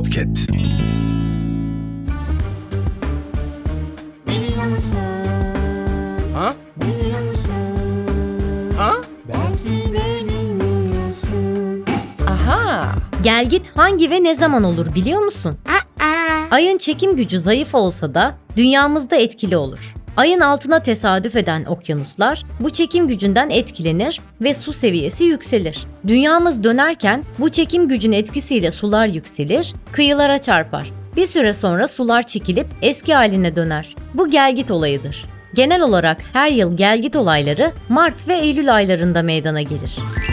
Podcast. Biliyor musun? Ha? Biliyor musun? Ha? Belki de bilmiyorsun. Aha! Gelgit hangi ve ne zaman olur biliyor musun? Ayın çekim gücü zayıf olsa da dünyamızda etkili olur. Ayın altına tesadüf eden okyanuslar bu çekim gücünden etkilenir ve su seviyesi yükselir. Dünyamız dönerken bu çekim gücün etkisiyle sular yükselir, kıyılara çarpar. Bir süre sonra sular çekilip eski haline döner. Bu gelgit olayıdır. Genel olarak her yıl gelgit olayları Mart ve Eylül aylarında meydana gelir.